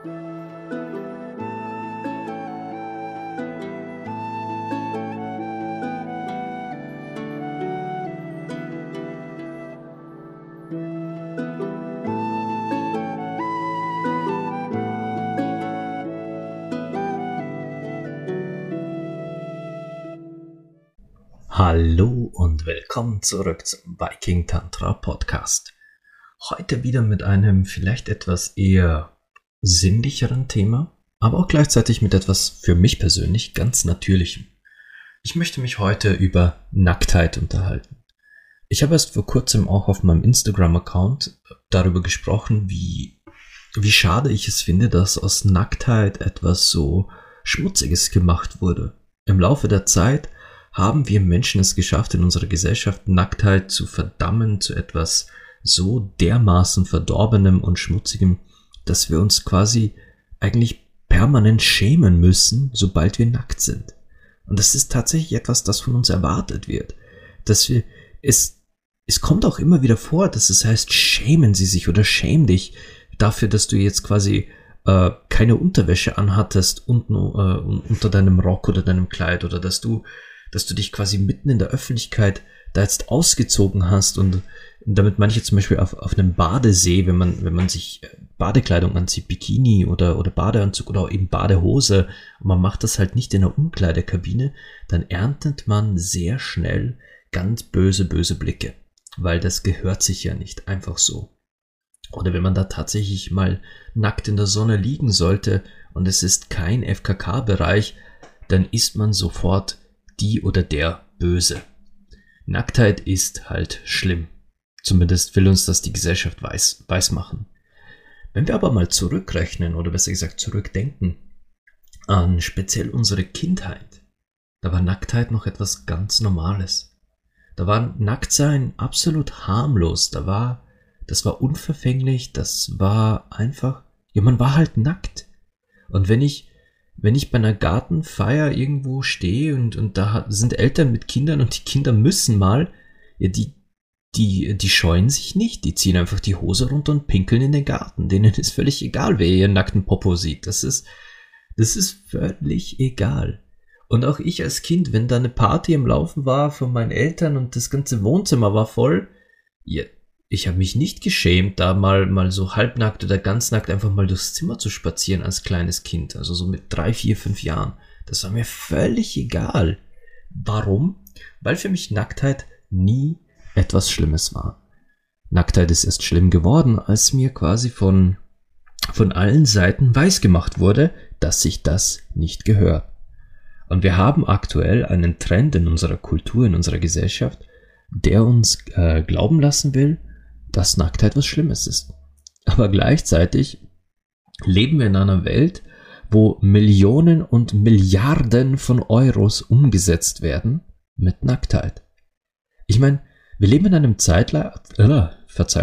Hallo und willkommen zurück zum Viking Tantra Podcast. Heute wieder mit einem vielleicht etwas eher sinnlicheren Thema, aber auch gleichzeitig mit etwas für mich persönlich ganz Natürlichem. Ich möchte mich heute über Nacktheit unterhalten. Ich habe erst vor kurzem auch auf meinem Instagram-Account darüber gesprochen, wie schade ich es finde, dass aus Nacktheit etwas so Schmutziges gemacht wurde. Im Laufe der Zeit haben wir Menschen es geschafft, in unserer Gesellschaft Nacktheit zu verdammen, zu etwas so dermaßen Verdorbenem und Schmutzigem, dass wir uns quasi eigentlich permanent schämen müssen, sobald wir nackt sind. Und das ist tatsächlich etwas, das von uns erwartet wird. Es kommt auch immer wieder vor, dass es heißt, schämen Sie sich oder schäm dich dafür, dass du jetzt quasi keine Unterwäsche anhattest unten unter deinem Rock oder deinem Kleid oder dass du dich quasi mitten in der Öffentlichkeit da jetzt ausgezogen hast, und damit meine ich jetzt zum Beispiel auf einem Badesee, wenn man sich Badekleidung anzieht, Bikini oder Badeanzug oder eben Badehose, und man macht das halt nicht in der Umkleidekabine, dann erntet man sehr schnell ganz böse Blicke, weil das gehört sich ja nicht einfach so. Oder wenn man da tatsächlich mal nackt in der Sonne liegen sollte und es ist kein FKK-Bereich, dann ist man sofort die oder der Böse. Nacktheit ist halt schlimm. Zumindest will uns das die Gesellschaft weiß machen. Wenn wir aber mal zurückrechnen oder besser gesagt zurückdenken an speziell unsere Kindheit, da war Nacktheit noch etwas ganz Normales. Da war Nacktsein absolut harmlos. Das war unverfänglich, das war einfach, ja, man war halt nackt. Und wenn ich bei einer Gartenfeier irgendwo stehe und da sind Eltern mit Kindern und die Kinder müssen mal, ja, die scheuen sich nicht, die ziehen einfach die Hose runter und pinkeln in den Garten. Denen ist völlig egal, wer ihren nackten Popo sieht. Das ist völlig egal. Und auch ich als Kind, wenn da eine Party im Laufen war von meinen Eltern und das ganze Wohnzimmer war voll, ja, ich habe mich nicht geschämt, da mal so halbnackt oder ganz nackt einfach mal durchs Zimmer zu spazieren als kleines Kind. Also so mit 3, 4, 5 Jahren. Das war mir völlig egal. Warum? Weil für mich Nacktheit nie etwas Schlimmes war. Nacktheit ist erst schlimm geworden, als mir quasi von allen Seiten weisgemacht wurde, dass sich das nicht gehört. Und wir haben aktuell einen Trend in unserer Kultur, in unserer Gesellschaft, der uns glauben lassen will, dass Nacktheit was Schlimmes ist. Aber gleichzeitig leben wir in einer Welt, wo Millionen und Milliarden von Euros umgesetzt werden mit Nacktheit. Ich meine, wir leben in einem Zeitalter,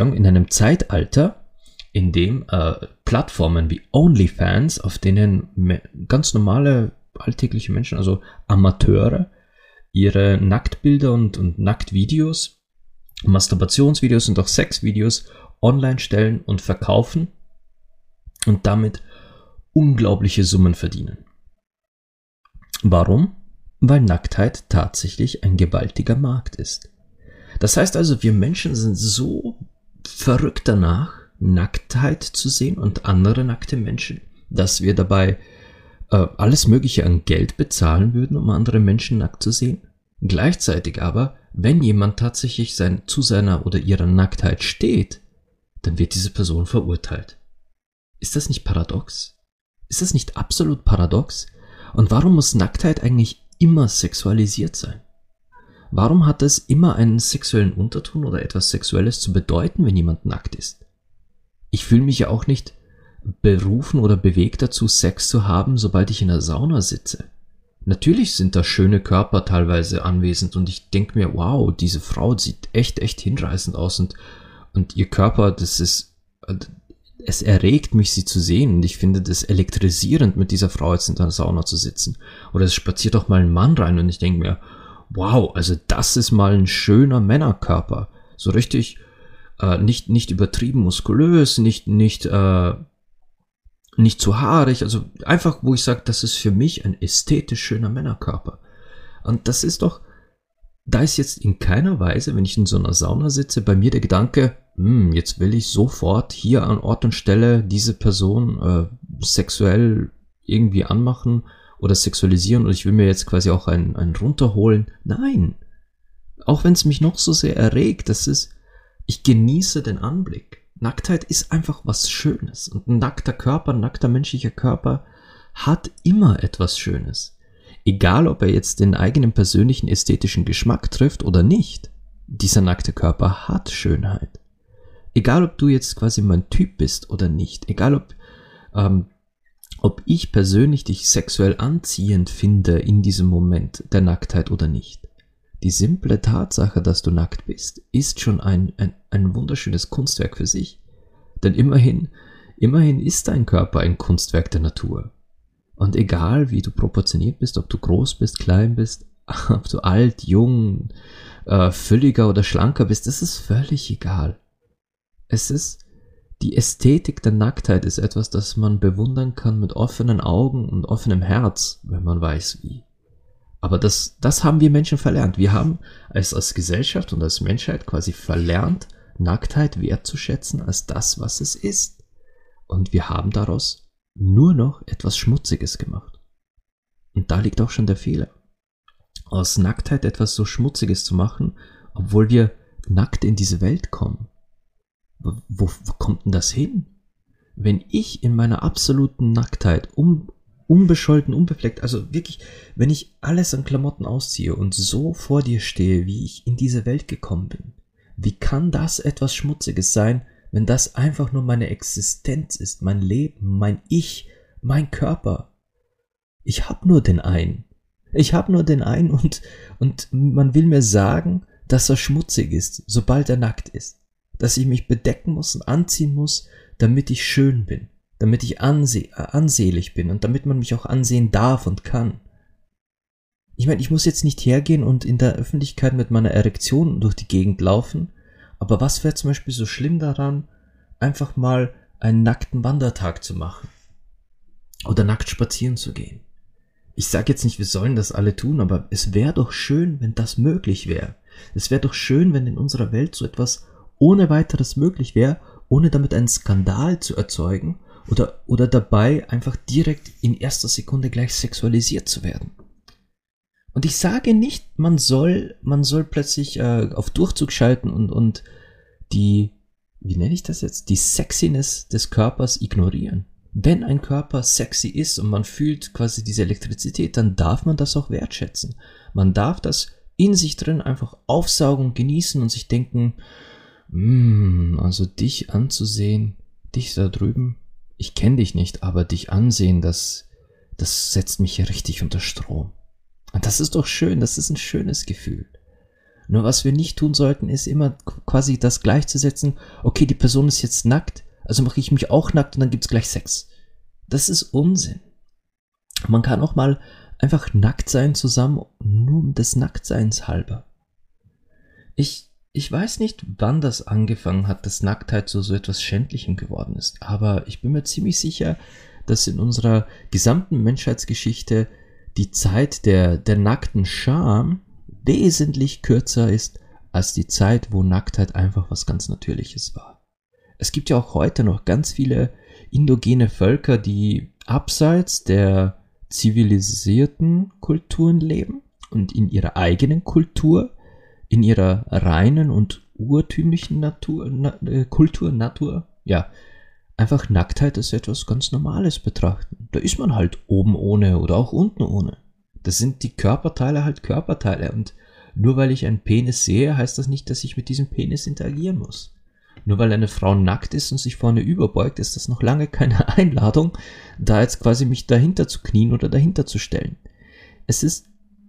in dem Plattformen wie OnlyFans, auf denen ganz normale alltägliche Menschen, also Amateure, ihre Nacktbilder und Nacktvideos, Masturbationsvideos und auch Sexvideos online stellen und verkaufen und damit unglaubliche Summen verdienen. Warum? Weil Nacktheit tatsächlich ein gewaltiger Markt ist. Das heißt also, wir Menschen sind so verrückt danach, Nacktheit zu sehen und andere nackte Menschen, dass wir dabei alles Mögliche an Geld bezahlen würden, um andere Menschen nackt zu sehen. Gleichzeitig aber, wenn jemand tatsächlich zu seiner oder ihrer Nacktheit steht, dann wird diese Person verurteilt. Ist das nicht paradox? Ist das nicht absolut paradox? Und warum muss Nacktheit eigentlich immer sexualisiert sein? Warum hat es immer einen sexuellen Unterton oder etwas Sexuelles zu bedeuten, wenn jemand nackt ist? Ich fühle mich ja auch nicht berufen oder bewegt dazu, Sex zu haben, sobald ich in der Sauna sitze. Natürlich sind da schöne Körper teilweise anwesend und ich denke mir, wow, diese Frau sieht echt hinreißend aus und ihr Körper, es erregt mich, sie zu sehen, und ich finde das elektrisierend, mit dieser Frau jetzt in der Sauna zu sitzen. Oder es spaziert auch mal ein Mann rein und ich denke mir, wow, also das ist mal ein schöner Männerkörper. So richtig, nicht übertrieben muskulös, nicht nicht zu haarig, also einfach, wo ich sage, das ist für mich ein ästhetisch schöner Männerkörper. Und das ist doch, da ist jetzt in keiner Weise, wenn ich in so einer Sauna sitze, bei mir der Gedanke, jetzt will ich sofort hier an Ort und Stelle diese Person sexuell irgendwie anmachen oder sexualisieren und ich will mir jetzt quasi auch einen runterholen. Nein, auch wenn es mich noch so sehr erregt, ich genieße den Anblick. Nacktheit ist einfach was Schönes und ein nackter Körper, ein nackter menschlicher Körper hat immer etwas Schönes. Egal, ob er jetzt den eigenen persönlichen ästhetischen Geschmack trifft oder nicht, dieser nackte Körper hat Schönheit. Egal, ob du jetzt quasi mein Typ bist oder nicht, egal, ob ich persönlich dich sexuell anziehend finde in diesem Moment der Nacktheit oder nicht. Die simple Tatsache, dass du nackt bist, ist schon ein wunderschönes Kunstwerk für sich. Denn immerhin ist dein Körper ein Kunstwerk der Natur. Und egal, wie du proportioniert bist, ob du groß bist, klein bist, ob du alt, jung, fülliger oder schlanker bist, das ist völlig egal. Die Ästhetik der Nacktheit ist etwas, das man bewundern kann mit offenen Augen und offenem Herz, wenn man weiß wie. Aber das haben wir Menschen verlernt. Wir haben als Gesellschaft und als Menschheit quasi verlernt, Nacktheit wertzuschätzen als das, was es ist. Und wir haben daraus nur noch etwas Schmutziges gemacht. Und da liegt auch schon der Fehler. Aus Nacktheit etwas so Schmutziges zu machen, obwohl wir nackt in diese Welt kommen. Wo kommt denn das hin? Wenn ich in meiner absoluten Nacktheit unbescholten, unbefleckt, also wirklich, wenn ich alles an Klamotten ausziehe und so vor dir stehe, wie ich in diese Welt gekommen bin, wie kann das etwas Schmutziges sein, wenn das einfach nur meine Existenz ist, mein Leben, mein Ich, mein Körper? Ich habe nur den einen. Und man will mir sagen, dass er schmutzig ist, sobald er nackt ist. Dass ich mich bedecken muss und anziehen muss, damit ich schön bin. Damit ich ansehlich bin und damit man mich auch ansehen darf und kann. Ich meine, ich muss jetzt nicht hergehen und in der Öffentlichkeit mit meiner Erektion durch die Gegend laufen, aber was wäre zum Beispiel so schlimm daran, einfach mal einen nackten Wandertag zu machen? Oder nackt spazieren zu gehen? Ich sage jetzt nicht, wir sollen das alle tun, aber es wäre doch schön, wenn das möglich wäre. Es wäre doch schön, wenn in unserer Welt so etwas ohne weiteres möglich wäre, ohne damit einen Skandal zu erzeugen oder dabei einfach direkt in erster Sekunde gleich sexualisiert zu werden. Und ich sage nicht, man soll plötzlich auf Durchzug schalten und die Sexiness des Körpers ignorieren. Wenn ein Körper sexy ist und man fühlt quasi diese Elektrizität, dann darf man das auch wertschätzen. Man darf das in sich drin einfach aufsaugen und genießen und sich denken, also dich anzusehen, dich da drüben, ich kenne dich nicht, aber dich ansehen, das setzt mich ja richtig unter Strom. Und das ist doch schön, das ist ein schönes Gefühl. Nur was wir nicht tun sollten, ist immer quasi das gleichzusetzen, okay, die Person ist jetzt nackt, also mache ich mich auch nackt und dann gibt's gleich Sex. Das ist Unsinn. Man kann auch mal einfach nackt sein zusammen, nur um des Nacktseins halber. Ich weiß nicht, wann das angefangen hat, dass Nacktheit so etwas Schändlichem geworden ist, aber ich bin mir ziemlich sicher, dass in unserer gesamten Menschheitsgeschichte die Zeit der nackten Scham wesentlich kürzer ist als die Zeit, wo Nacktheit einfach was ganz Natürliches war. Es gibt ja auch heute noch ganz viele indogene Völker, die abseits der zivilisierten Kulturen leben und in ihrer eigenen Kultur, in ihrer reinen und urtümlichen Natur, einfach Nacktheit als etwas ganz Normales betrachten. Da ist man halt oben ohne oder auch unten ohne. Das sind die Körperteile halt Körperteile und nur weil ich einen Penis sehe, heißt das nicht, dass ich mit diesem Penis interagieren muss. Nur weil eine Frau nackt ist und sich vorne überbeugt, ist das noch lange keine Einladung, da jetzt quasi mich dahinter zu knien oder dahinter zu stellen. Es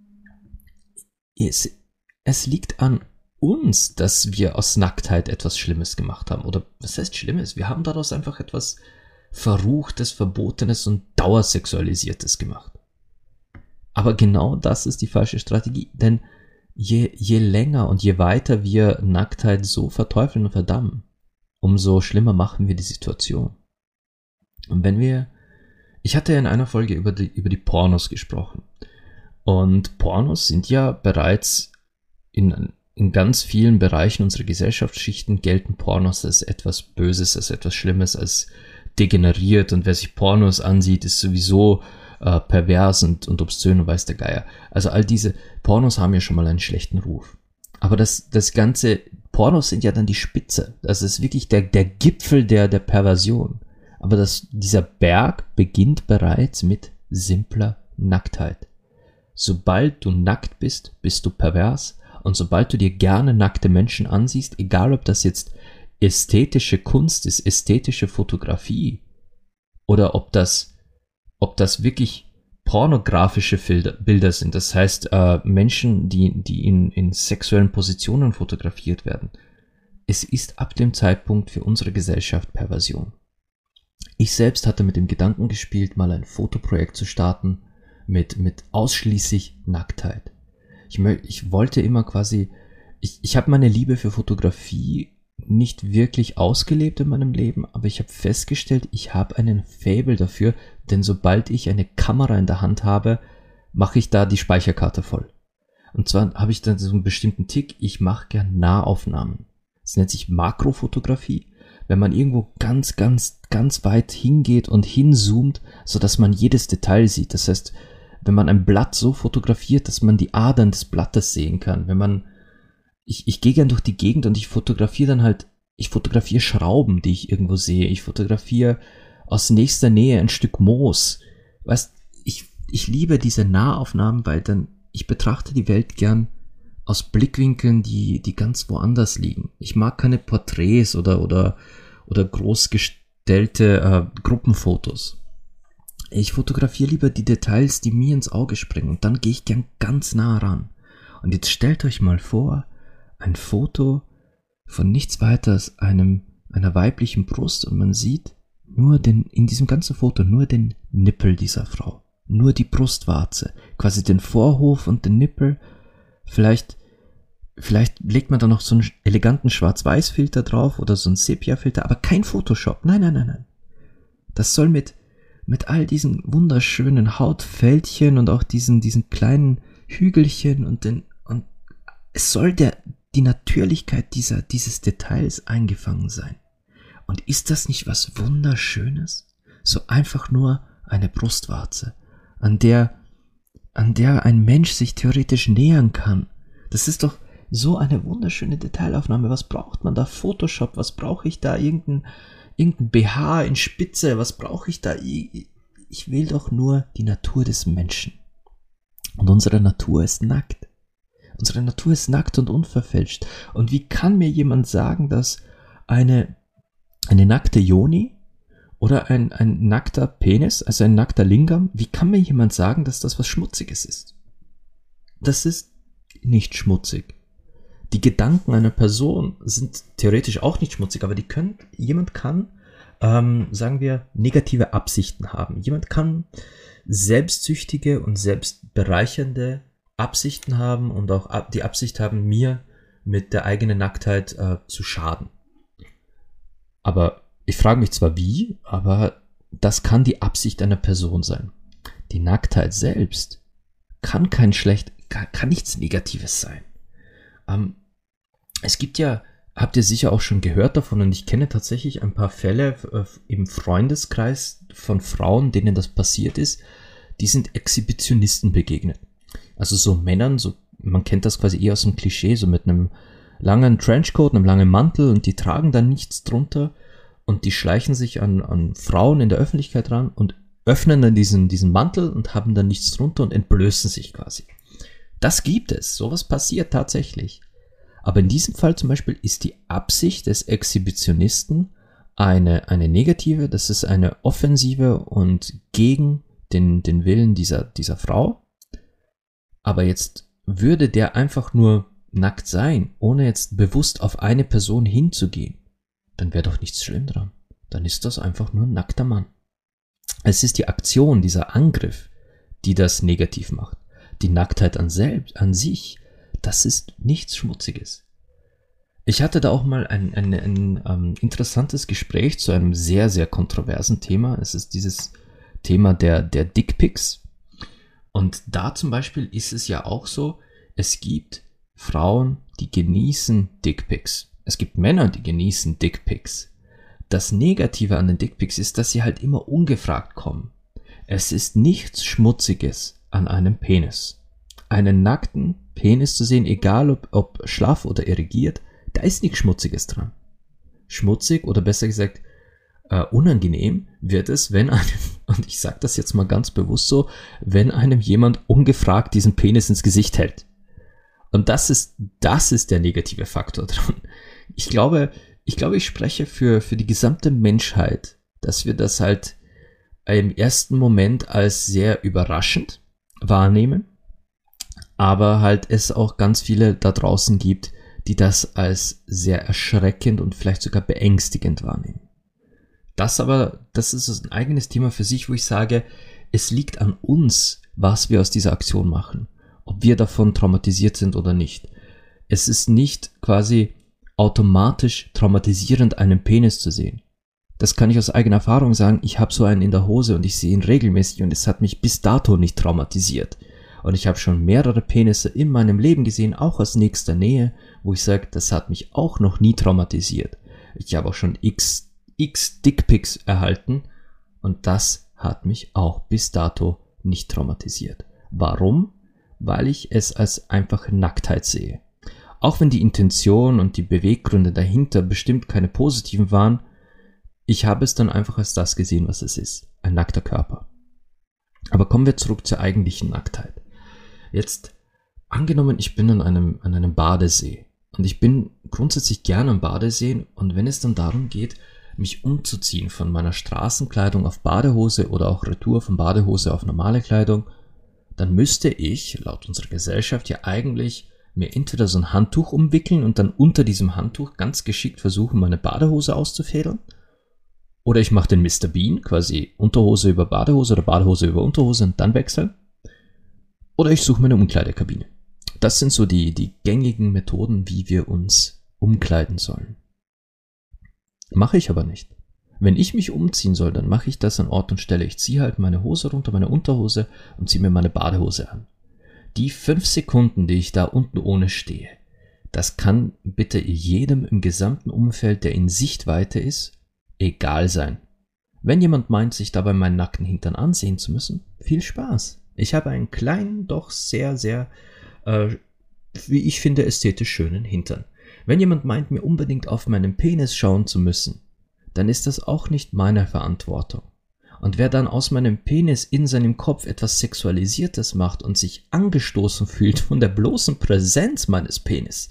liegt an uns, dass wir aus Nacktheit etwas Schlimmes gemacht haben. Oder was heißt Schlimmes? Wir haben daraus einfach etwas Verruchtes, Verbotenes und Dauersexualisiertes gemacht. Aber genau das ist die falsche Strategie, denn je länger und je weiter wir Nacktheit so verteufeln und verdammen, umso schlimmer machen wir die Situation. Und ich hatte ja in einer Folge über die Pornos gesprochen. Und Pornos sind ja bereits in ganz vielen Bereichen unserer Gesellschaftsschichten gelten Pornos als etwas Böses, als etwas Schlimmes, als degeneriert. Und wer sich Pornos ansieht, ist sowieso pervers und obszön und weiß der Geier. Also all diese Pornos haben ja schon mal einen schlechten Ruf. Aber das ganze Pornos sind ja dann die Spitze. Das ist wirklich der Gipfel der Perversion. Aber dieser Berg beginnt bereits mit simpler Nacktheit. Sobald du nackt bist, bist du pervers. Und sobald du dir gerne nackte Menschen ansiehst, egal ob das jetzt ästhetische Kunst ist, ästhetische Fotografie oder ob das wirklich pornografische Bilder sind, das heißt Menschen, die in sexuellen Positionen fotografiert werden, es ist ab dem Zeitpunkt für unsere Gesellschaft Perversion. Ich selbst hatte mit dem Gedanken gespielt, mal ein Fotoprojekt zu starten mit ausschließlich Nacktheit. Ich wollte immer quasi, ich habe meine Liebe für Fotografie nicht wirklich ausgelebt in meinem Leben, aber ich habe festgestellt, ich habe einen Faible dafür, denn sobald ich eine Kamera in der Hand habe, mache ich da die Speicherkarte voll. Und zwar habe ich dann so einen bestimmten Tick, ich mache gern Nahaufnahmen. Das nennt sich Makrofotografie, wenn man irgendwo ganz, ganz, ganz weit hingeht und hinzoomt, sodass man jedes Detail sieht. Das heißt, wenn man ein Blatt so fotografiert, dass man die Adern des Blattes sehen kann. Ich gehe gern durch die Gegend und ich fotografiere Schrauben, die ich irgendwo sehe. Ich fotografiere aus nächster Nähe ein Stück Moos. Weißt, ich liebe diese Nahaufnahmen, weil ich betrachte die Welt gern aus Blickwinkeln, die ganz woanders liegen. Ich mag keine Porträts oder groß gestellte Gruppenfotos. Ich fotografiere lieber die Details, die mir ins Auge springen, und dann gehe ich gern ganz nah ran. Und jetzt stellt euch mal vor, ein Foto von nichts weiter als einer weiblichen Brust, und man sieht in diesem ganzen Foto nur den Nippel dieser Frau, nur die Brustwarze, quasi den Vorhof und den Nippel. Vielleicht legt man da noch so einen eleganten Schwarz-Weiß-Filter drauf oder so einen Sepia-Filter, aber kein Photoshop. Nein. Das soll mit all diesen wunderschönen Hautfältchen und auch diesen kleinen Hügelchen und es soll die Natürlichkeit dieses Details eingefangen sein. Und ist das nicht was Wunderschönes? So einfach nur eine Brustwarze, an der ein Mensch sich theoretisch nähern kann. Das ist doch so eine wunderschöne Detailaufnahme. Was braucht man da? Photoshop? Was brauche ich da? Irgendein BH in Spitze? Was brauche ich da? Ich will doch nur die Natur des Menschen. Und unsere Natur ist nackt. Unsere Natur ist nackt und unverfälscht. Und wie kann mir jemand sagen, dass eine nackte Yoni oder ein nackter Penis, also ein nackter Lingam, wie kann mir jemand sagen, dass das was Schmutziges ist? Das ist nicht schmutzig. Die Gedanken einer Person sind theoretisch auch nicht schmutzig, aber jemand kann, sagen wir, negative Absichten haben. Jemand kann selbstsüchtige und selbstbereichernde Absichten haben und auch die Absicht haben, mir mit der eigenen Nacktheit zu schaden. Aber ich frage mich zwar wie, aber das kann die Absicht einer Person sein. Die Nacktheit selbst kann nichts Negatives sein. Es gibt ja, habt ihr sicher auch schon gehört davon, und ich kenne tatsächlich ein paar Fälle im Freundeskreis von Frauen, denen das passiert ist, die sind Exhibitionisten begegnet. Also so Männern, man kennt das quasi eher aus dem Klischee, so mit einem langen Trenchcoat, einem langen Mantel, und die tragen dann nichts drunter und die schleichen sich an Frauen in der Öffentlichkeit ran und öffnen dann diesen Mantel und haben dann nichts drunter und entblößen sich quasi. Das gibt es, sowas passiert tatsächlich. Aber in diesem Fall zum Beispiel ist die Absicht des Exhibitionisten eine negative, das ist eine offensive und gegen den Willen dieser Frau. Aber jetzt würde der einfach nur nackt sein, ohne jetzt bewusst auf eine Person hinzugehen, dann wäre doch nichts schlimm dran. Dann ist das einfach nur ein nackter Mann. Es ist die Aktion, dieser Angriff, die das negativ macht. Die Nacktheit an sich, das ist nichts Schmutziges. Ich hatte da auch mal ein interessantes Gespräch zu einem sehr, sehr kontroversen Thema. Es ist dieses Thema der Dickpics. Und da zum Beispiel ist es ja auch so, es gibt Frauen, die genießen Dickpics. Es gibt Männer, die genießen Dickpics. Das Negative an den Dickpics ist, dass sie halt immer ungefragt kommen. Es ist nichts Schmutziges an einem Penis. Einen nackten Penis zu sehen, egal ob schlaff oder erigiert, da ist nichts Schmutziges dran. Schmutzig oder besser gesagt unangenehm wird es, wenn einem, und ich sage das jetzt mal ganz bewusst so, wenn einem jemand ungefragt diesen Penis ins Gesicht hält. Und das ist der negative Faktor dran. Ich glaube, ich spreche für die gesamte Menschheit, dass wir das halt im ersten Moment als sehr überraschend wahrnehmen, aber halt es auch ganz viele da draußen gibt, die das als sehr erschreckend und vielleicht sogar beängstigend wahrnehmen. Das ist ein eigenes Thema für sich, wo ich sage, es liegt an uns, was wir aus dieser Aktion machen, ob wir davon traumatisiert sind oder nicht. Es ist nicht quasi automatisch traumatisierend, einen Penis zu sehen. Das kann ich aus eigener Erfahrung sagen, ich habe so einen in der Hose und ich sehe ihn regelmäßig und es hat mich bis dato nicht traumatisiert. Und ich habe schon mehrere Penisse in meinem Leben gesehen, auch aus nächster Nähe, wo ich sage, das hat mich auch noch nie traumatisiert. Ich habe auch schon x Dickpics erhalten und das hat mich auch bis dato nicht traumatisiert. Warum? Weil ich es als einfache Nacktheit sehe. Auch wenn die Intention und die Beweggründe dahinter bestimmt keine positiven waren, ich habe es dann einfach als das gesehen, was es ist. Ein nackter Körper. Aber kommen wir zurück zur eigentlichen Nacktheit. Jetzt, angenommen, ich bin an einem Badesee und ich bin grundsätzlich gerne am Badesee und wenn es dann darum geht, mich umzuziehen von meiner Straßenkleidung auf Badehose oder auch Retour von Badehose auf normale Kleidung, dann müsste ich, laut unserer Gesellschaft, ja eigentlich mir entweder so ein Handtuch umwickeln und dann unter diesem Handtuch ganz geschickt versuchen, meine Badehose auszufädeln. Oder ich mache den Mr. Bean, quasi Unterhose über Badehose oder Badehose über Unterhose und dann wechseln. Oder ich suche mir eine Umkleidekabine. Das sind so die gängigen Methoden, wie wir uns umkleiden sollen. Mache ich aber nicht. Wenn ich mich umziehen soll, dann mache ich das an Ort und Stelle. Ich ziehe halt meine Hose runter, meine Unterhose und ziehe mir meine Badehose an. Die 5 Sekunden, die ich da unten ohne stehe, das kann bitte jedem im gesamten Umfeld, der in Sichtweite ist, egal sein. Wenn jemand meint, sich dabei meinen nackten Hintern ansehen zu müssen, viel Spaß. Ich habe einen kleinen, doch sehr, sehr, wie ich finde, ästhetisch schönen Hintern. Wenn jemand meint, mir unbedingt auf meinen Penis schauen zu müssen, dann ist das auch nicht meine Verantwortung. Und wer dann aus meinem Penis in seinem Kopf etwas Sexualisiertes macht und sich angestoßen fühlt von der bloßen Präsenz meines Penis,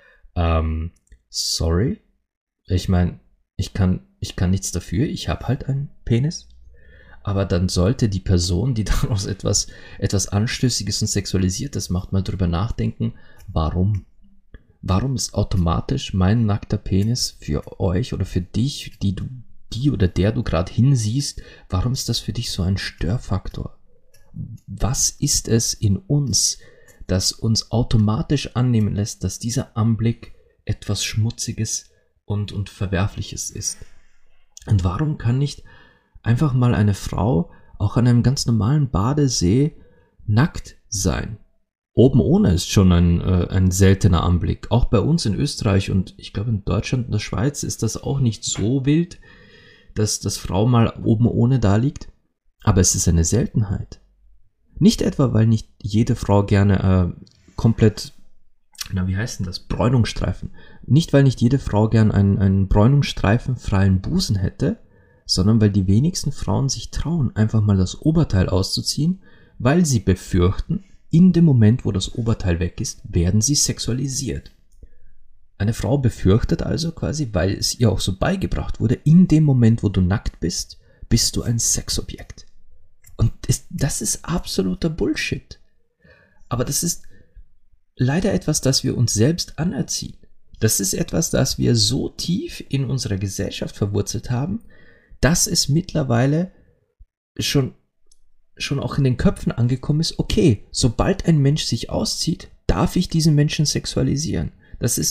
sorry, ich meine, ich kann nichts dafür, ich habe halt einen Penis. Aber dann sollte die Person, die daraus etwas Anstößiges und Sexualisiertes macht, mal drüber nachdenken, warum? Warum ist automatisch mein nackter Penis für euch oder für dich, die oder der du gerade hinsiehst, warum ist das für dich so ein Störfaktor? Was ist es in uns, das uns automatisch annehmen lässt, dass dieser Anblick etwas Schmutziges und Verwerfliches ist? Und warum kann nicht einfach mal eine Frau auch an einem ganz normalen Badesee nackt sein? Oben ohne ist schon ein seltener Anblick. Auch bei uns in Österreich und ich glaube in Deutschland und der Schweiz ist das auch nicht so wild, dass das Frau mal oben ohne da liegt. Aber es ist eine Seltenheit. Nicht etwa, weil nicht jede Frau gerne komplett, wie heißt denn das, Bräunungsstreifen. Nicht, weil nicht jede Frau gern einen bräunungsstreifenfreien Busen hätte, sondern weil die wenigsten Frauen sich trauen, einfach mal das Oberteil auszuziehen, weil sie befürchten, in dem Moment, wo das Oberteil weg ist, werden sie sexualisiert. Eine Frau befürchtet also quasi, weil es ihr auch so beigebracht wurde, in dem Moment, wo du nackt bist, bist du ein Sexobjekt. Und das ist absoluter Bullshit. Aber das ist leider etwas, das wir uns selbst anerziehen. Das ist etwas, das wir so tief in unserer Gesellschaft verwurzelt haben, dass es mittlerweile schon auch in den Köpfen angekommen ist, okay, sobald ein Mensch sich auszieht, darf ich diesen Menschen sexualisieren. Das ist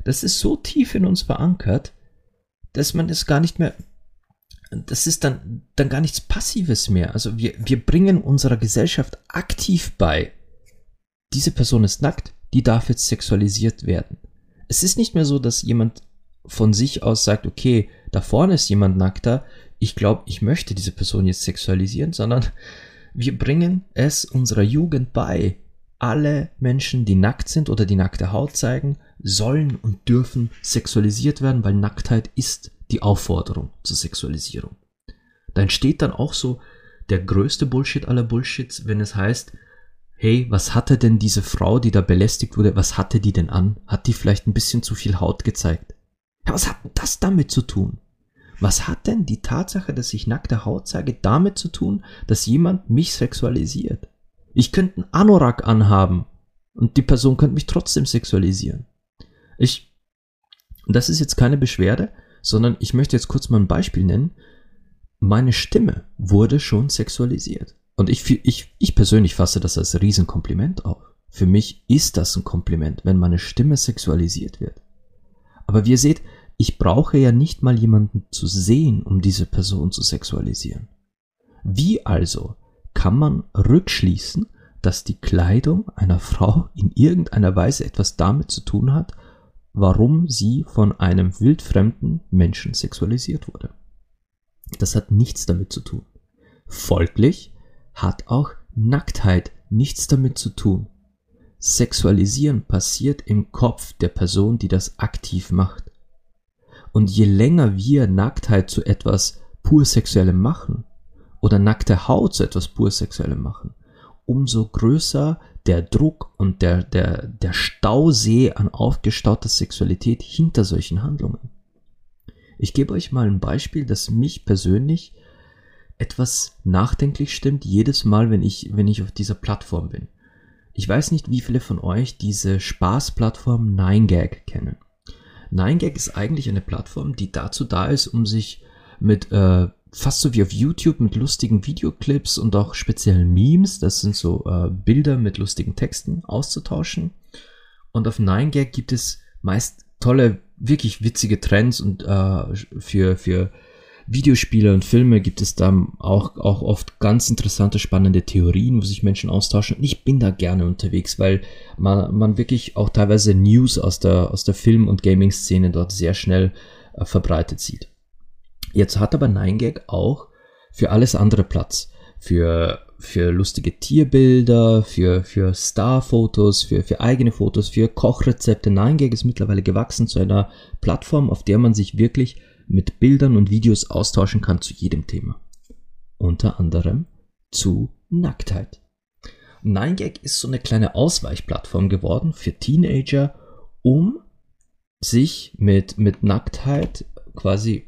das ist so tief in uns verankert, dass man es gar nicht mehr, das ist dann gar nichts Passives mehr. Also wir bringen unserer Gesellschaft aktiv bei, diese Person ist nackt, die darf jetzt sexualisiert werden. Es ist nicht mehr so, dass jemand von sich aus sagt, okay, da vorne ist jemand nackter, ich glaube, ich möchte diese Person jetzt sexualisieren, sondern wir bringen es unserer Jugend bei. Alle Menschen, die nackt sind oder die nackte Haut zeigen, sollen und dürfen sexualisiert werden, weil Nacktheit ist die Aufforderung zur Sexualisierung. Da entsteht dann auch so der größte Bullshit aller Bullshits, wenn es heißt, hey, was hatte denn diese Frau, die da belästigt wurde, was hatte die denn an? Hat die vielleicht ein bisschen zu viel Haut gezeigt? Ja, was hat denn das damit zu tun? Was hat denn die Tatsache, dass ich nackte Haut zeige, damit zu tun, dass jemand mich sexualisiert? Ich könnte einen Anorak anhaben und die Person könnte mich trotzdem sexualisieren. Das ist jetzt keine Beschwerde, sondern ich möchte jetzt kurz mal ein Beispiel nennen. Meine Stimme wurde schon sexualisiert. Und ich persönlich fasse das als Riesenkompliment auf. Für mich ist das ein Kompliment, wenn meine Stimme sexualisiert wird. Aber wie ihr seht, ich brauche ja nicht mal jemanden zu sehen, um diese Person zu sexualisieren. Wie also kann man rückschließen, dass die Kleidung einer Frau in irgendeiner Weise etwas damit zu tun hat, warum sie von einem wildfremden Menschen sexualisiert wurde? Das hat nichts damit zu tun. Folglich hat auch Nacktheit nichts damit zu tun. Sexualisieren passiert im Kopf der Person, die das aktiv macht. Und je länger wir Nacktheit zu etwas pur Sexuellem machen oder nackte Haut zu etwas pur Sexuellem machen, umso größer der Druck und der Stausee an aufgestauter Sexualität hinter solchen Handlungen. Ich gebe euch mal ein Beispiel, das mich persönlich etwas nachdenklich stimmt, jedes Mal, wenn ich auf dieser Plattform bin. Ich weiß nicht, wie viele von euch diese Spaßplattform 9gag kennen. 9gag ist eigentlich eine Plattform, die dazu da ist, um sich mit fast so wie auf YouTube mit lustigen Videoclips und auch speziellen Memes, das sind so Bilder mit lustigen Texten, auszutauschen. Und auf 9gag gibt es meist tolle, wirklich witzige Trends und für Videospiele und Filme gibt es da auch oft ganz interessante, spannende Theorien, wo sich Menschen austauschen. Und ich bin da gerne unterwegs, weil man wirklich auch teilweise News aus der Film- und Gaming-Szene dort sehr schnell verbreitet sieht. Jetzt hat aber 9gag auch für alles andere Platz. Für lustige Tierbilder, für Starfotos, für eigene Fotos, für Kochrezepte. 9gag ist mittlerweile gewachsen zu einer Plattform, auf der man sich wirklich mit Bildern und Videos austauschen kann zu jedem Thema. Unter anderem zu Nacktheit. 9gag ist so eine kleine Ausweichplattform geworden für Teenager, um sich mit Nacktheit quasi,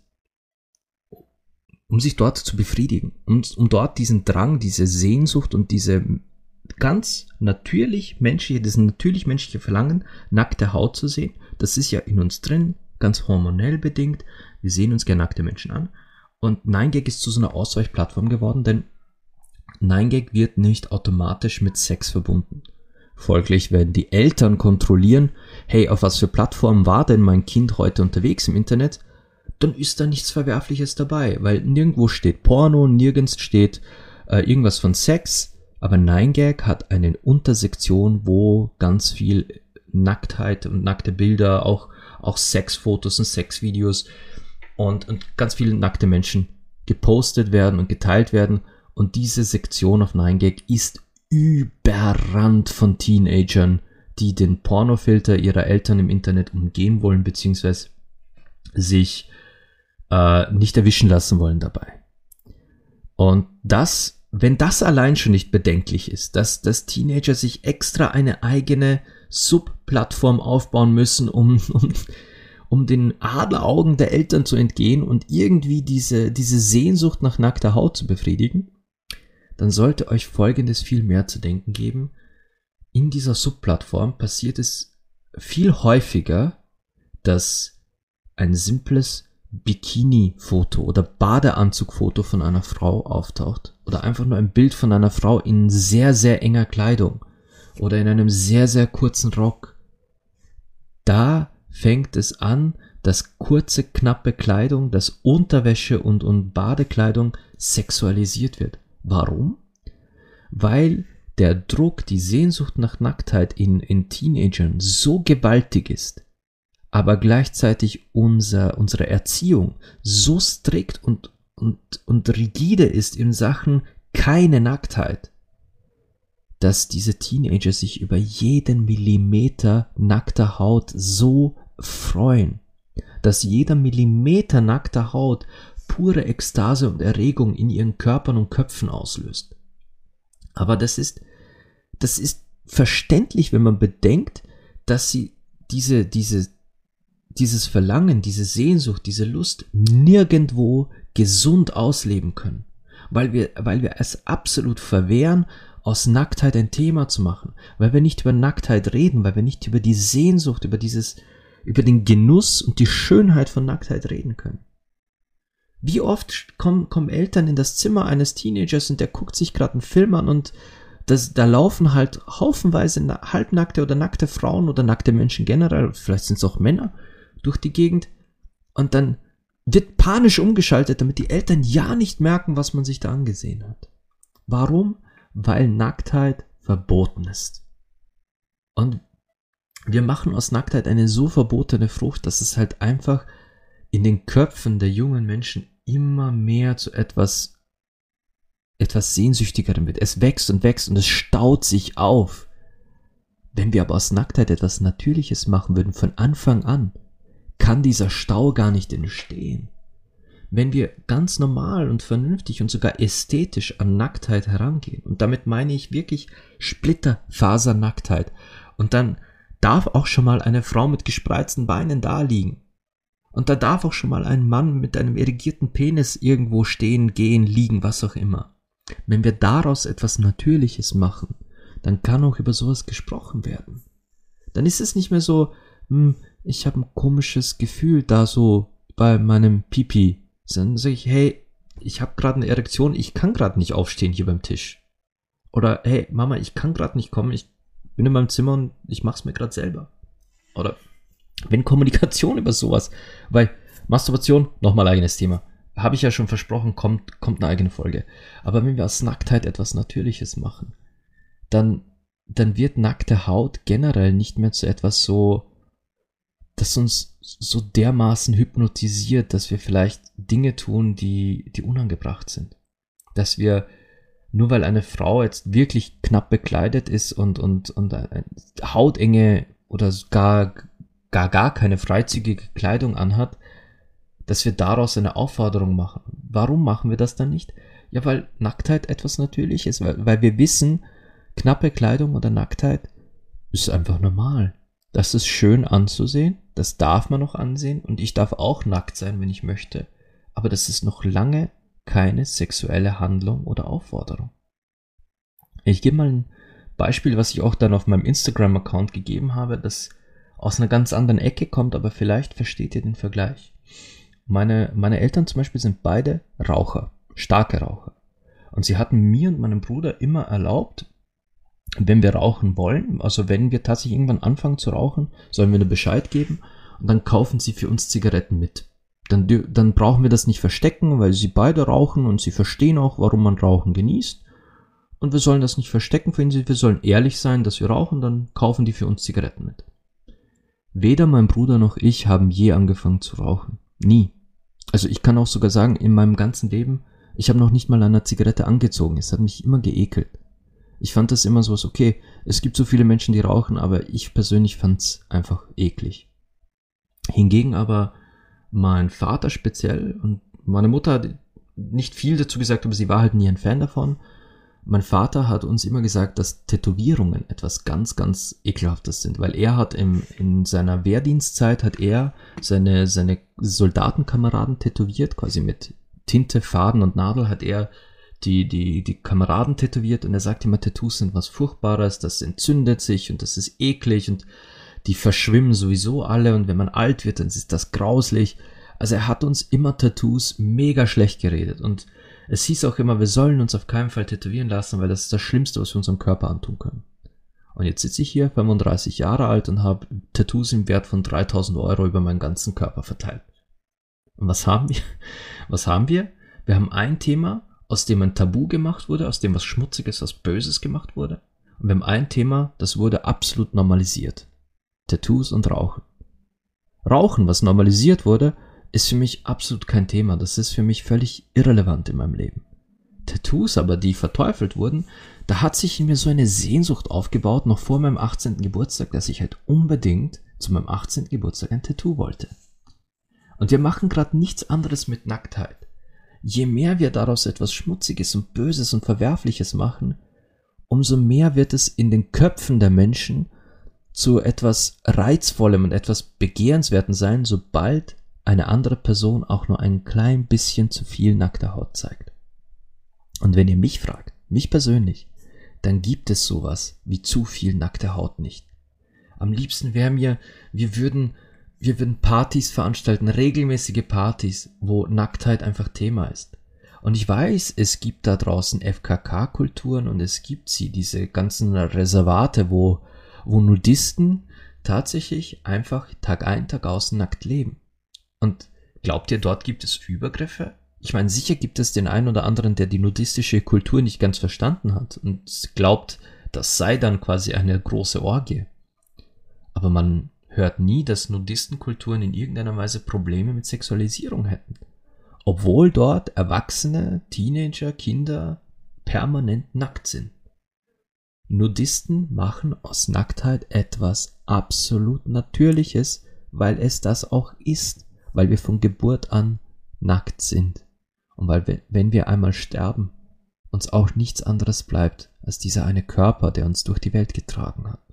um sich dort zu befriedigen, um dort diesen Drang, diese Sehnsucht und diese ganz natürlich menschliche Verlangen, nackte Haut zu sehen. Das ist ja in uns drin, ganz hormonell bedingt. Wir sehen uns gerne nackte Menschen an. Und 9gag ist zu so einer Ausweichplattform geworden, denn 9gag wird nicht automatisch mit Sex verbunden. Folglich werden die Eltern kontrollieren, hey, auf was für Plattformen war denn mein Kind heute unterwegs im Internet? Dann ist da nichts Verwerfliches dabei, weil nirgendwo steht Porno, nirgends steht irgendwas von Sex, aber 9gag hat eine Untersektion, wo ganz viel Nacktheit und nackte Bilder, auch Sexfotos und Sexvideos und ganz viele nackte Menschen gepostet werden und geteilt werden. Und diese Sektion auf 9gag ist überrannt von Teenagern, die den Pornofilter ihrer Eltern im Internet umgehen wollen, beziehungsweise sich nicht erwischen lassen wollen dabei. Und wenn das allein schon nicht bedenklich ist, dass Teenager sich extra eine eigene Subplattform aufbauen müssen, um den Adleraugen der Eltern zu entgehen und irgendwie diese Sehnsucht nach nackter Haut zu befriedigen, dann sollte euch Folgendes viel mehr zu denken geben. In dieser Subplattform passiert es viel häufiger, dass ein simples Bikini-Foto oder Badeanzug-Foto von einer Frau auftaucht oder einfach nur ein Bild von einer Frau in sehr, sehr enger Kleidung oder in einem sehr, sehr kurzen Rock. Da fängt es an, dass kurze, knappe Kleidung, dass Unterwäsche und Badekleidung sexualisiert wird. Warum? Weil der Druck, die Sehnsucht nach Nacktheit in Teenagern so gewaltig ist, aber gleichzeitig unsere Erziehung so strikt und rigide ist in Sachen keine Nacktheit, dass diese Teenager sich über jeden Millimeter nackter Haut so freuen, dass jeder Millimeter nackter Haut pure Ekstase und Erregung in ihren Körpern und Köpfen auslöst. Aber das ist verständlich, wenn man bedenkt, dass sie dieses Verlangen, diese Sehnsucht, diese Lust nirgendwo gesund ausleben können. Weil wir es absolut verwehren, aus Nacktheit ein Thema zu machen. Weil wir nicht über Nacktheit reden, weil wir nicht über die Sehnsucht, über den Genuss und die Schönheit von Nacktheit reden können. Wie oft kommen Eltern in das Zimmer eines Teenagers und der guckt sich gerade einen Film an und da laufen halt haufenweise halbnackte oder nackte Frauen oder nackte Menschen generell, vielleicht sind es auch Männer, durch die Gegend und dann wird panisch umgeschaltet, damit die Eltern ja nicht merken, was man sich da angesehen hat. Warum? Weil Nacktheit verboten ist. Und wir machen aus Nacktheit eine so verbotene Frucht, dass es halt einfach in den Köpfen der jungen Menschen immer mehr zu etwas Sehnsüchtigerem wird. Es wächst und wächst und es staut sich auf. Wenn wir aber aus Nacktheit etwas Natürliches machen würden, von Anfang an, kann dieser Stau gar nicht entstehen. Wenn wir ganz normal und vernünftig und sogar ästhetisch an Nacktheit herangehen, und damit meine ich wirklich Splitterfasernacktheit, und dann darf auch schon mal eine Frau mit gespreizten Beinen da liegen. Und da darf auch schon mal ein Mann mit einem erigierten Penis irgendwo stehen, gehen, liegen, was auch immer. Wenn wir daraus etwas Natürliches machen, dann kann auch über sowas gesprochen werden. Dann ist es nicht mehr so, ich habe ein komisches Gefühl da so bei meinem Pipi. Dann sage ich, hey, ich habe gerade eine Erektion, ich kann gerade nicht aufstehen hier beim Tisch. Oder, hey, Mama, ich kann gerade nicht kommen, ich bin in meinem Zimmer und ich mach's mir gerade selber. Oder wenn Kommunikation über sowas, weil Masturbation, nochmal eigenes Thema, habe ich ja schon versprochen, kommt eine eigene Folge. Aber wenn wir aus Nacktheit etwas Natürliches machen, dann wird nackte Haut generell nicht mehr zu etwas so, das uns so dermaßen hypnotisiert, dass wir vielleicht Dinge tun, die unangebracht sind. Dass wir, nur weil eine Frau jetzt wirklich knapp bekleidet ist und hautenge oder gar keine freizügige Kleidung anhat, dass wir daraus eine Aufforderung machen. Warum machen wir das dann nicht? Ja, weil Nacktheit etwas Natürliches ist, weil wir wissen, knappe Kleidung oder Nacktheit ist einfach normal. Das ist schön anzusehen, das darf man noch ansehen und ich darf auch nackt sein, wenn ich möchte. Aber das ist noch lange keine sexuelle Handlung oder Aufforderung. Ich gebe mal ein Beispiel, was ich auch dann auf meinem Instagram-Account gegeben habe, das aus einer ganz anderen Ecke kommt, aber vielleicht versteht ihr den Vergleich. Meine Eltern zum Beispiel sind beide Raucher, starke Raucher. Und sie hatten mir und meinem Bruder immer erlaubt, wenn wir rauchen wollen, also wenn wir tatsächlich irgendwann anfangen zu rauchen, sollen wir nur Bescheid geben und dann kaufen sie für uns Zigaretten mit. Dann brauchen wir das nicht verstecken, weil sie beide rauchen und sie verstehen auch, warum man Rauchen genießt. Und wir sollen das nicht verstecken für sie, wir sollen ehrlich sein, dass wir rauchen, dann kaufen die für uns Zigaretten mit. Weder mein Bruder noch ich haben je angefangen zu rauchen. Nie. Also ich kann auch sogar sagen, in meinem ganzen Leben, ich habe noch nicht mal eine Zigarette angezogen. Es hat mich immer geekelt. Ich fand das immer so, okay, es gibt so viele Menschen, die rauchen, aber ich persönlich fand es einfach eklig. Hingegen aber mein Vater speziell und meine Mutter hat nicht viel dazu gesagt, aber sie war halt nie ein Fan davon. Mein Vater hat uns immer gesagt, dass Tätowierungen etwas ganz, ganz Ekelhaftes sind, weil er hat in seiner Wehrdienstzeit hat er seine Soldatenkameraden tätowiert, quasi mit Tinte, Faden und Nadel hat er die Kameraden tätowiert und er sagt immer, Tattoos sind was Furchtbares, das entzündet sich und das ist eklig und die verschwimmen sowieso alle und wenn man alt wird, dann ist das grauslich. Also er hat uns immer Tattoos mega schlecht geredet und es hieß auch immer, wir sollen uns auf keinen Fall tätowieren lassen, weil das ist das Schlimmste, was wir unserem Körper antun können. Und jetzt sitze ich hier, 35 Jahre alt und habe Tattoos im Wert von 3.000 Euro über meinen ganzen Körper verteilt. Und was haben wir? Was haben wir? Wir haben ein Thema, aus dem ein Tabu gemacht wurde, aus dem was Schmutziges, was Böses gemacht wurde. Und wir haben ein Thema, das wurde absolut normalisiert. Tattoos und Rauchen. Rauchen, was normalisiert wurde, ist für mich absolut kein Thema. Das ist für mich völlig irrelevant in meinem Leben. Tattoos aber, die verteufelt wurden, da hat sich in mir so eine Sehnsucht aufgebaut, noch vor meinem 18. Geburtstag, dass ich halt unbedingt zu meinem 18. Geburtstag ein Tattoo wollte. Und wir machen gerade nichts anderes mit Nacktheit. Je mehr wir daraus etwas Schmutziges und Böses und Verwerfliches machen, umso mehr wird es in den Köpfen der Menschen zu etwas Reizvollem und etwas Begehrenswerten sein, sobald eine andere Person auch nur ein klein bisschen zu viel nackte Haut zeigt. Und wenn ihr mich fragt, mich persönlich, dann gibt es sowas wie zu viel nackte Haut nicht. Am liebsten wäre mir, wir würden Partys veranstalten, regelmäßige Partys, wo Nacktheit einfach Thema ist. Und ich weiß, es gibt da draußen FKK-Kulturen und es gibt diese ganzen Reservate, wo Nudisten tatsächlich einfach Tag ein, Tag aus nackt leben. Und glaubt ihr, dort gibt es Übergriffe? Ich meine, sicher gibt es den einen oder anderen, der die nudistische Kultur nicht ganz verstanden hat und glaubt, das sei dann quasi eine große Orgie. Aber man hört nie, dass Nudistenkulturen in irgendeiner Weise Probleme mit Sexualisierung hätten. Obwohl dort Erwachsene, Teenager, Kinder permanent nackt sind. Nudisten machen aus Nacktheit etwas absolut Natürliches, weil es das auch ist, weil wir von Geburt an nackt sind. Und weil, wenn wir einmal sterben, uns auch nichts anderes bleibt als dieser eine Körper, der uns durch die Welt getragen hat.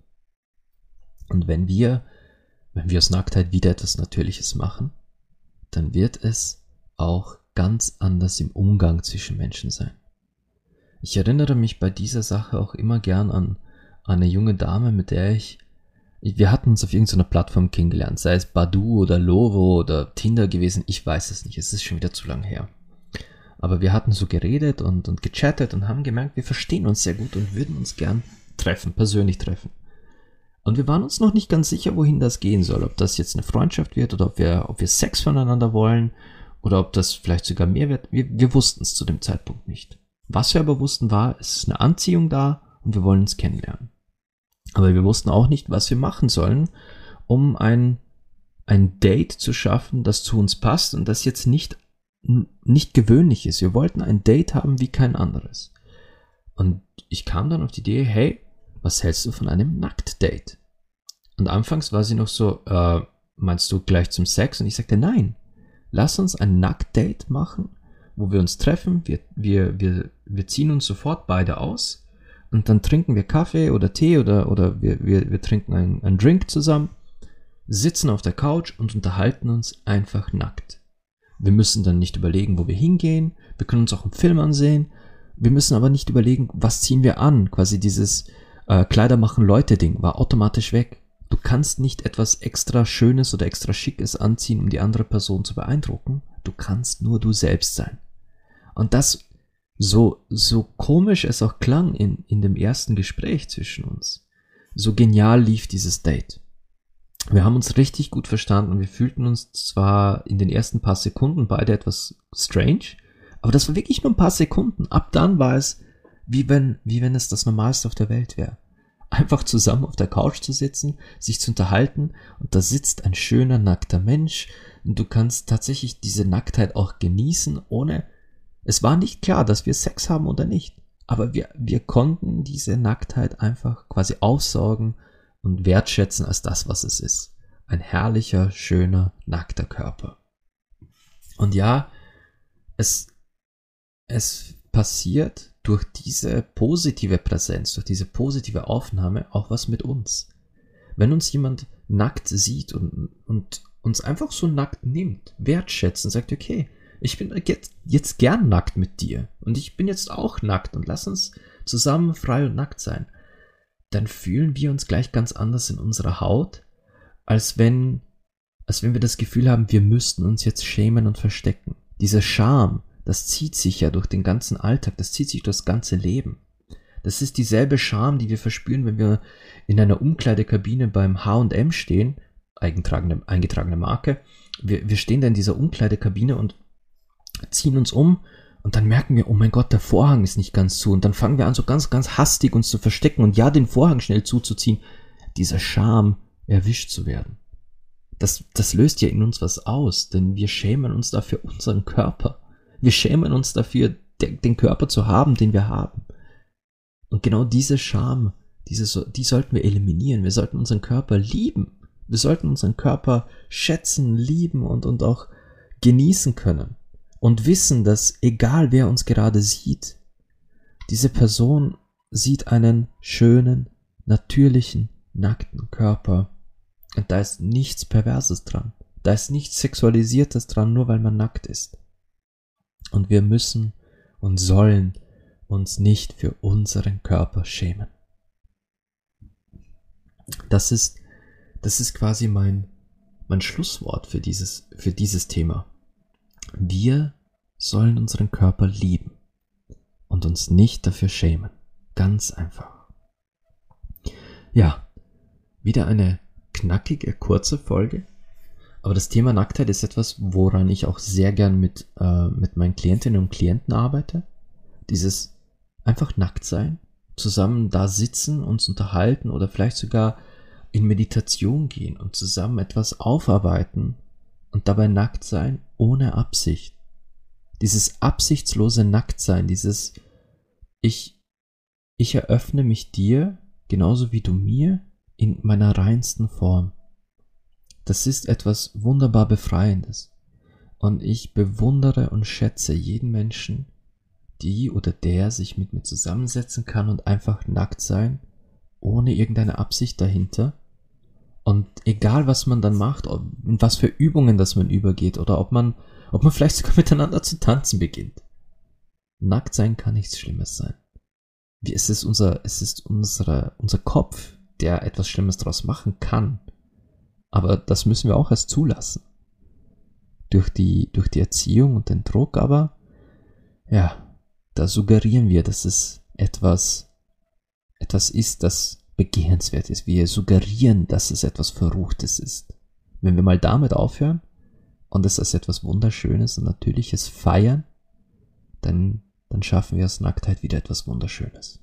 Und wenn wir aus Nacktheit wieder etwas Natürliches machen, dann wird es auch ganz anders im Umgang zwischen Menschen sein. Ich erinnere mich bei dieser Sache auch immer gern an eine junge Dame, mit der wir hatten uns auf irgendeiner Plattform kennengelernt, sei es Badoo oder Lovo oder Tinder gewesen, ich weiß es nicht, es ist schon wieder zu lang her. Aber wir hatten so geredet und gechattet und haben gemerkt, wir verstehen uns sehr gut und würden uns gern persönlich treffen. Und wir waren uns noch nicht ganz sicher, wohin das gehen soll, ob das jetzt eine Freundschaft wird oder ob wir Sex voneinander wollen oder ob das vielleicht sogar mehr wird. Wir wussten es zu dem Zeitpunkt nicht. Was wir aber wussten war, es ist eine Anziehung da und wir wollen uns kennenlernen. Aber wir wussten auch nicht, was wir machen sollen, um ein Date zu schaffen, das zu uns passt und das jetzt nicht gewöhnlich ist. Wir wollten ein Date haben wie kein anderes. Und ich kam dann auf die Idee, hey, was hältst du von einem Nackt-Date? Und anfangs war sie noch so, meinst du gleich zum Sex? Und ich sagte, nein, lass uns ein Nackt-Date machen, wo wir uns treffen, wir ziehen uns sofort beide aus und dann trinken wir Kaffee oder Tee oder wir trinken einen Drink zusammen, sitzen auf der Couch und unterhalten uns einfach nackt. Wir müssen dann nicht überlegen, wo wir hingehen, wir können uns auch einen Film ansehen, wir müssen aber nicht überlegen, was ziehen wir an, quasi dieses Kleider machen Leute-Ding war automatisch weg. Du kannst nicht etwas extra Schönes oder extra Schickes anziehen, um die andere Person zu beeindrucken. Du kannst nur du selbst sein. Und das, so komisch es auch klang in dem ersten Gespräch zwischen uns, so genial lief dieses Date. Wir haben uns richtig gut verstanden und wir fühlten uns zwar in den ersten paar Sekunden beide etwas strange, aber das war wirklich nur ein paar Sekunden. Ab dann war es, wie wenn es das Normalste auf der Welt wäre. Einfach zusammen auf der Couch zu sitzen, sich zu unterhalten und da sitzt ein schöner, nackter Mensch und du kannst tatsächlich diese Nacktheit auch genießen, es war nicht klar, dass wir Sex haben oder nicht, aber wir konnten diese Nacktheit einfach quasi aufsaugen und wertschätzen als das, was es ist. Ein herrlicher, schöner, nackter Körper. Und ja, es passiert durch diese positive Präsenz, durch diese positive Aufnahme auch was mit uns. Wenn uns jemand nackt sieht und uns einfach so nackt nimmt, wertschätzt und sagt, okay, ich bin jetzt gern nackt mit dir und ich bin jetzt auch nackt und lass uns zusammen frei und nackt sein, dann fühlen wir uns gleich ganz anders in unserer Haut, als wenn wir das Gefühl haben, wir müssten uns jetzt schämen und verstecken. Diese Scham, das zieht sich ja durch den ganzen Alltag, das zieht sich durch das ganze Leben. Das ist dieselbe Scham, die wir verspüren, wenn wir in einer Umkleidekabine beim H&M stehen, eingetragene Marke. Wir stehen da in dieser Umkleidekabine und ziehen uns um und dann merken wir, oh mein Gott, der Vorhang ist nicht ganz zu. Und dann fangen wir an, so ganz, ganz hastig uns zu verstecken und ja, den Vorhang schnell zuzuziehen. Dieser Scham, erwischt zu werden. Das löst ja in uns was aus, denn wir schämen uns dafür unseren Körper. Wir schämen uns dafür, den Körper zu haben, den wir haben. Und genau diese Scham, die sollten wir eliminieren. Wir sollten unseren Körper lieben. Wir sollten unseren Körper schätzen, lieben und auch genießen können. Und wissen, dass egal wer uns gerade sieht, diese Person sieht einen schönen, natürlichen, nackten Körper. Und da ist nichts Perverses dran. Da ist nichts Sexualisiertes dran, nur weil man nackt ist. Und wir müssen und sollen uns nicht für unseren Körper schämen. Das ist quasi mein Schlusswort für dieses Thema. Wir sollen unseren Körper lieben und uns nicht dafür schämen. Ganz einfach. Ja, wieder eine knackige, kurze Folge. Aber das Thema Nacktheit ist etwas, woran ich auch sehr gern mit meinen Klientinnen und Klienten arbeite. Dieses einfach nackt sein, zusammen da sitzen, uns unterhalten oder vielleicht sogar in Meditation gehen und zusammen etwas aufarbeiten und dabei nackt sein ohne Absicht. Dieses absichtslose Nacktsein, dieses ich eröffne mich dir, genauso wie du mir, in meiner reinsten Form. Das ist etwas wunderbar Befreiendes. Und ich bewundere und schätze jeden Menschen, die oder der sich mit mir zusammensetzen kann und einfach nackt sein, ohne irgendeine Absicht dahinter. Und egal was man dann macht, in was für Übungen das man übergeht oder ob man vielleicht sogar miteinander zu tanzen beginnt. Nackt sein kann nichts Schlimmes sein. Es ist unser Kopf, der etwas Schlimmes daraus machen kann. Aber das müssen wir auch erst zulassen. Durch die Erziehung und den Druck, aber ja, da suggerieren wir, dass es etwas ist, das begehrenswert ist. Wir suggerieren, dass es etwas Verruchtes ist. Wenn wir mal damit aufhören und es als etwas Wunderschönes und Natürliches feiern, dann schaffen wir aus Nacktheit wieder etwas Wunderschönes.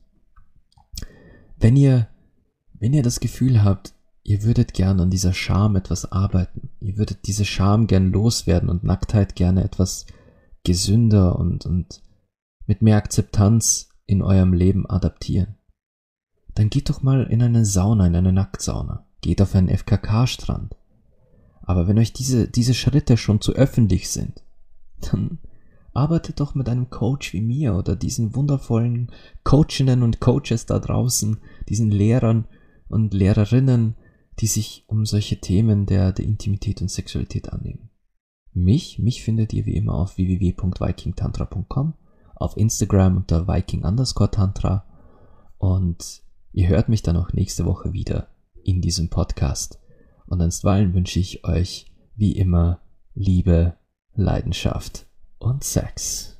Wenn ihr das Gefühl habt, ihr würdet gern an dieser Scham etwas arbeiten, ihr würdet diese Scham gern loswerden und Nacktheit gerne etwas gesünder und mit mehr Akzeptanz in eurem Leben adaptieren, dann geht doch mal in eine Sauna, in eine Nacktsauna. Geht auf einen FKK-Strand. Aber wenn euch diese Schritte schon zu öffentlich sind, dann arbeitet doch mit einem Coach wie mir oder diesen wundervollen Coachinnen und Coaches da draußen, diesen Lehrern und Lehrerinnen, die sich um solche Themen der Intimität und Sexualität annehmen. Mich findet ihr wie immer auf www.vikingtantra.com, auf Instagram unter viking_tantra und ihr hört mich dann auch nächste Woche wieder in diesem Podcast. Und einstweilen wünsche ich euch wie immer Liebe, Leidenschaft und Sex.